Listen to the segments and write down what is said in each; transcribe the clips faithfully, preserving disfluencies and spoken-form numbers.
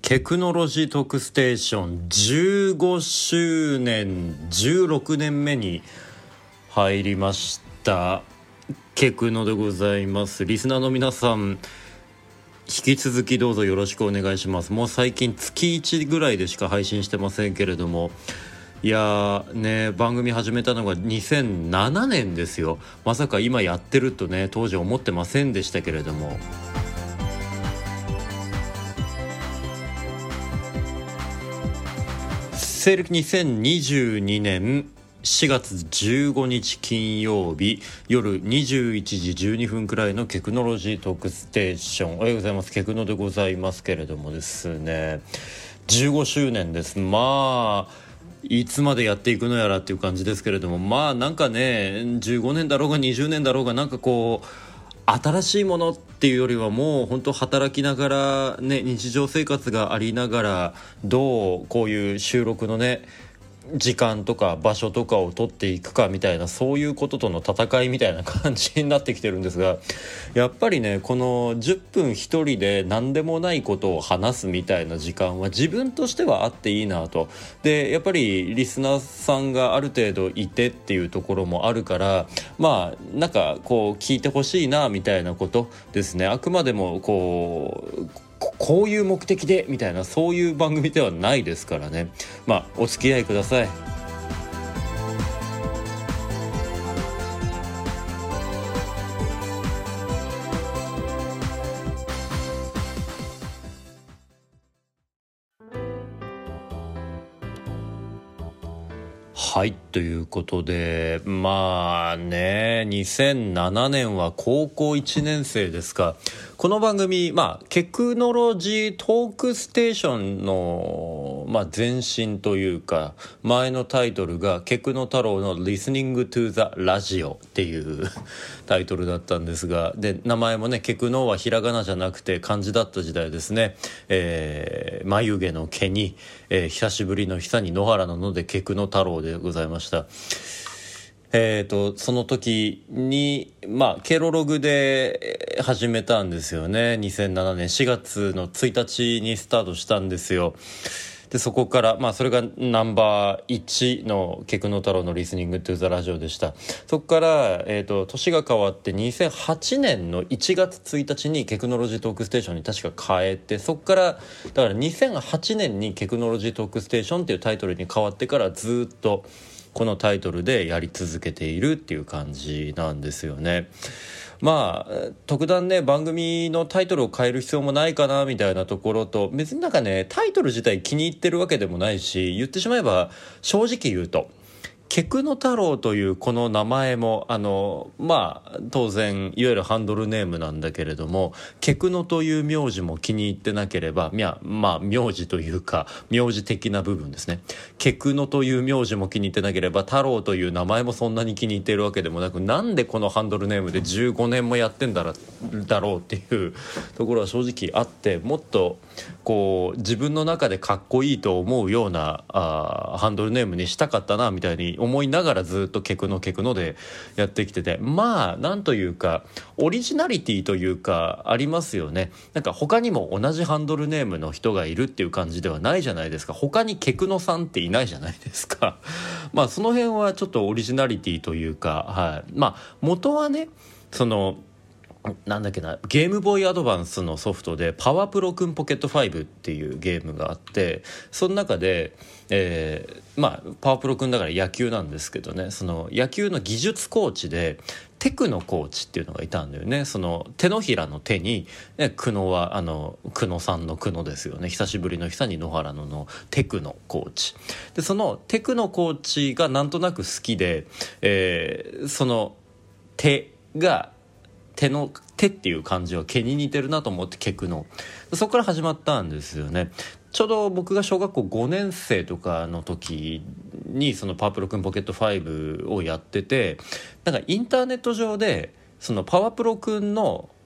テクノロジートークステーションじゅうごしゅうねんじゅうろくねんめに入りましたケクノでございます。リスナーの皆さん、引き続きどうぞよろしくお願いします。もう最近月いちぐらいでしか配信してませんけれども、いやーね、番組始めたのがにせんななねんですよ。まさか今やってるとね、当時思ってませんでしたけれども、西暦にせんにじゅうにねんしがつじゅうごにち金曜日夜にじゅういちじじゅうにふんくらいのテクノロジートークステーション、おはようございます。ケクノでございますけれどもですね、じゅうごしゅうねんです。まあいつまでやっていくのやらっていう感じですけれども、まあなんかね、じゅうごねんだろうがにじゅうねんだろうが、なんかこう新しいものっていうよりはもう本当働きながらね、日常生活がありながらどうこういう収録のね時間とか場所とかを取っていくかみたいな、そういうこととの戦いみたいな感じになってきてるんですが、やっぱりね、このじゅっぷん一人で何でもないことを話すみたいな時間は自分としてはあっていいなと。でやっぱりリスナーさんがある程度いてっていうところもあるから、まあなんかこう聞いてほしいなみたいなことですね。あくまでもこうこういう目的でみたいな、そういう番組ではないですからね。まあお付き合いください。はい、ということで、まあね、にせんななねんは高校いちねん生ですか。この番組、まあテクノロジートークステーションの、まあ、前身というか、前のタイトルがケクノ太郎の Listening to the Radio っていうタイトルだったんですが、で名前もね、ケクノはひらがなじゃなくて漢字だった時代ですね。えー、眉毛の毛に、えー、久しぶりの久に野原の野でケクノ太郎でございました。えーと、その時に、まあ、ケロログで始めたんですよね。にせんななねんしがつのついたちにスタートしたんですよ。でそこから、まあ、それがナンバーいちのケクノ太郎のリスニングトゥザラジオでした。そこから、えーと、年が変わってにせんはちねんのいちがつついたちにテクノロジートークステーションに確か変えて、そこからだからにせんはちねんにテクノロジートークステーションっていうタイトルに変わってからずっとこのタイトルでやり続けているっていう感じなんですよね。まあ特段ね、番組のタイトルを変える必要もないかなみたいなところと、別になんかね、タイトル自体気に入ってるわけでもないし、言ってしまえば正直言うとケクノ太郎というこの名前も、あのまあ当然いわゆるハンドルネームなんだけれども、ケクノという名字も気に入ってなければ、いやまあ名字というか名字的な部分ですね。ケクノという名字も気に入ってなければ、太郎という名前もそんなに気に入っているわけでもなく、なんでこのハンドルネームでじゅうごねんもやってんだらだろうっていうところは正直あって、もっとこう自分の中でかっこいいと思うようなあハンドルネームにしたかったなみたいに思いながらずっとケクノケクノでやってきてて、まあなんというかオリジナリティというかありますよね。なんか他にも同じハンドルネームの人がいるっていう感じではないじゃないですか。他にケクノさんっていないじゃないですか。まあその辺はちょっとオリジナリティというか、はい、まあ元はね、そのなんだっけな、ゲームボーイアドバンスのソフトでパワープロくんポケットファイブっていうゲームがあって、その中で、えー、まあパワープロくんだから野球なんですけどね、その野球の技術コーチでテクノコーチっていうのがいたんだよね。その手のひらの手に、ね、久野はあの久野さんの久野ですよね。久しぶりの久に野原ののテクノコーチで、そのテクノコーチがなんとなく好きで、えー、その手が手の手っていう漢字は毛に似てるなと思ってケクノ、そこから始まったんですよね。ちょうど僕が小学校ごねん生とかの時にそのパープルくんポケットファイブをやってて、なんかインターネット上でそのパワプロくんの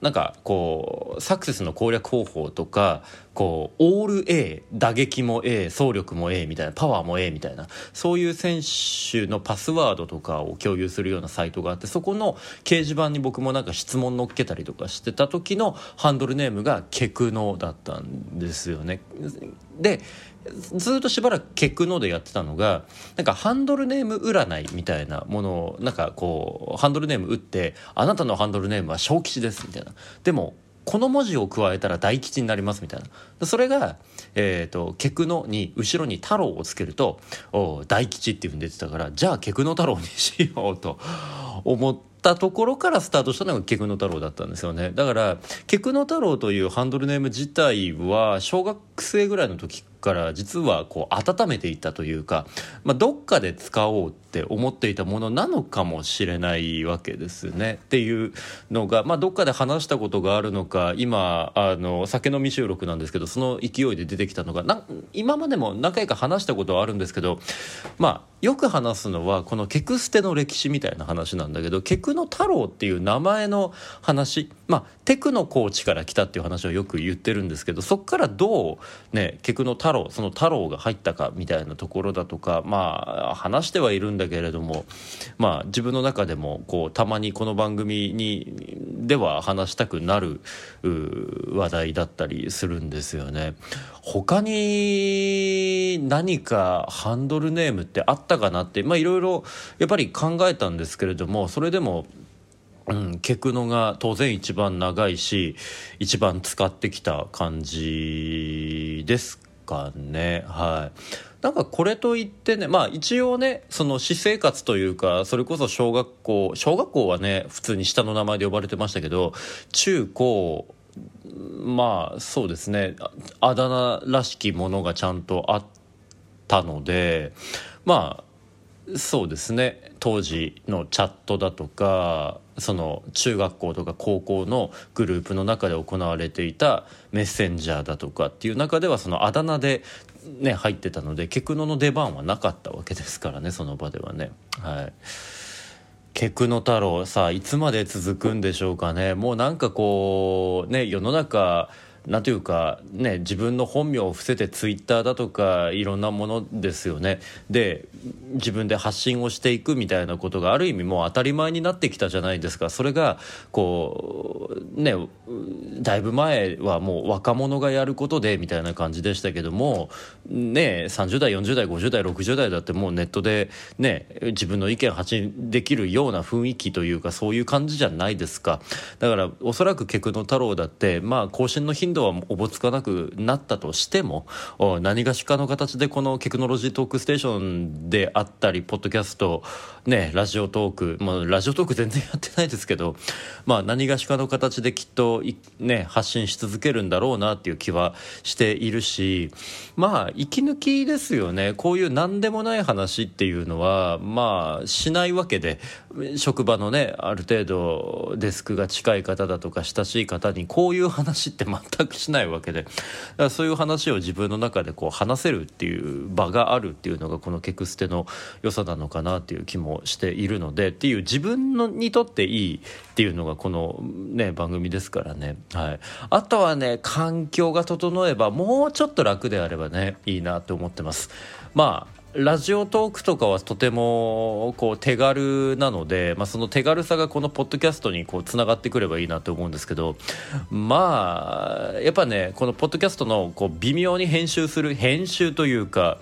なんかこうサクセスの攻略方法とかこうオール A 打撃も A 走力も A みたいなパワーも A みたいなそういう選手のパスワードとかを共有するようなサイトがあってそこの掲示板に僕もなんか質問載っけたりとかしてた時のハンドルネームがケクノだったんですよね。でずっとしばらくケクノでやってたのがなんかハンドルネーム占いみたいなものをなんかこうハンドルネーム打ってあなたのハンドルネームは小吉ですみたいなでもこの文字を加えたら大吉になりますみたいなそれが、えーと、ケクノに後ろに太郎をつけるとお大吉っていう風に出てたからじゃあケクノ太郎にしようと思ったところからスタートしたのがケクノ太郎だったんですよね。だからケクノ太郎というハンドルネーム自体は小学生ぐらいの時から実はこう温めていたというか、まあ、どっかで使おうって思っていたものなのかもしれないわけですねっていうのが、まあ、どっかで話したことがあるのか今あの酒飲み収録なんですけどその勢いで出てきたのがな今までも何回か話したことはあるんですけど、まあ、よく話すのはこのケクステの歴史みたいな話なんだけどケクノ太郎っていう名前の話、まあ、テクノコーチから来たっていう話をよく言ってるんですけどそこからどう、ね、ケクノ太郎その太郎が入ったかみたいなところだとか、まあ、話してはいるんだけれども、まあ、自分の中でもこうたまにこの番組にでは話したくなる話題だったりするんですよね。他に何かハンドルネームってあったかなってまあいろいろやっぱり考えたんですけれどもそれでもうん、ケクノが当然一番長いし一番使ってきた感じですかね。はい。なんかこれといってねまあ一応ねその私生活というかそれこそ小学校小学校はね普通に下の名前で呼ばれてましたけど中高まあそうですねあだ名らしきものがちゃんとあったのでまあそうですね当時のチャットだとかその中学校とか高校のグループの中で行われていたメッセンジャーだとかっていう中ではそのあだ名で、ね、入ってたのでケクノの出番はなかったわけですからねその場ではね。はい。ケクノ太郎さあいつまで続くんでしょうかね。もうなんかこうね世の中なんというかね自分の本名を伏せてツイッターだとかいろんなものですよねで自分で発信をしていくみたいなことがある意味もう当たり前になってきたじゃないですか。それがこうねだいぶ前はもう若者がやることでみたいな感じでしたけどもねさんじゅう代よんじゅう代ごじゅう代ろくじゅう代だってもうネットでね自分の意見を発信できるような雰囲気というかそういう感じじゃないですか。だからおそらくケクノ太郎だってまあ更新の頻度はおぼつかなくなったとしても何がしかの形でこのテクノロジートークステーションであったりポッドキャスト、ね、ラジオトーク、まあ、ラジオトーク全然やってないですけど、まあ、何がしかの形できっと、ね、発信し続けるんだろうなっていう気はしているしまあ息抜きですよね。こういう何でもない話っていうのはまあしないわけで職場のねある程度デスクが近い方だとか親しい方にこういう話って全くしないわけでだからそういう話を自分の中でこう話せるっていう場があるっていうのがこのケクステの良さなのかなっていう気もしているのでっていう自分のにとっていいっていうのがこの、ね、番組ですからね、はい、あとはね環境が整えばもうちょっと楽であればねいいなと思ってます。まあラジオトークとかはとてもこう手軽なので、まあ、その手軽さがこのポッドキャストにこうつながってくればいいなと思うんですけどまあやっぱねこのポッドキャストのこう微妙に編集する編集というか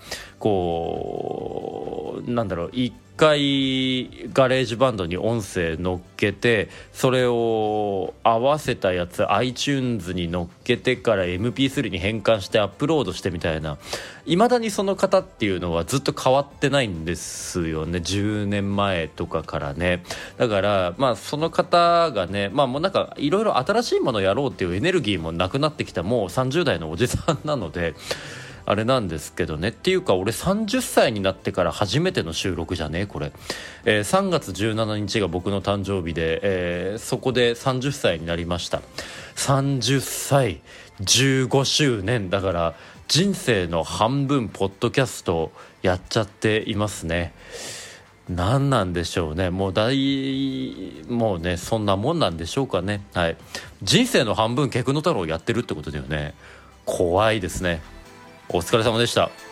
こうなんだろう一回ガレージバンドに音声乗っけてそれを合わせたやつ iTunes に乗っけてから エムピースリー に変換してアップロードしてみたいな未だにその方っていうのはずっと変わってないんですよね。じゅうねんまえとかからね。だからまあその方がねまあもうなんかいろいろ新しいものをやろうっていうエネルギーもなくなってきたもうさんじゅう代のおじさんなのであれなんですけどねっていうか俺さんじゅっさいになってから初めての収録じゃねこれ、えー、さんがつじゅうしちにちが僕の誕生日で、えー、そこでさんじゅっさいになりました。さんじゅっさいじゅうごしゅうねんだから人生の半分ポッドキャストやっちゃっていますね。 何なんでしょうね。もう大もうねそんなもんなんでしょうかね。はい、人生の半分ケクノ太郎やってるってことだよね。怖いですね。お疲れ様でした。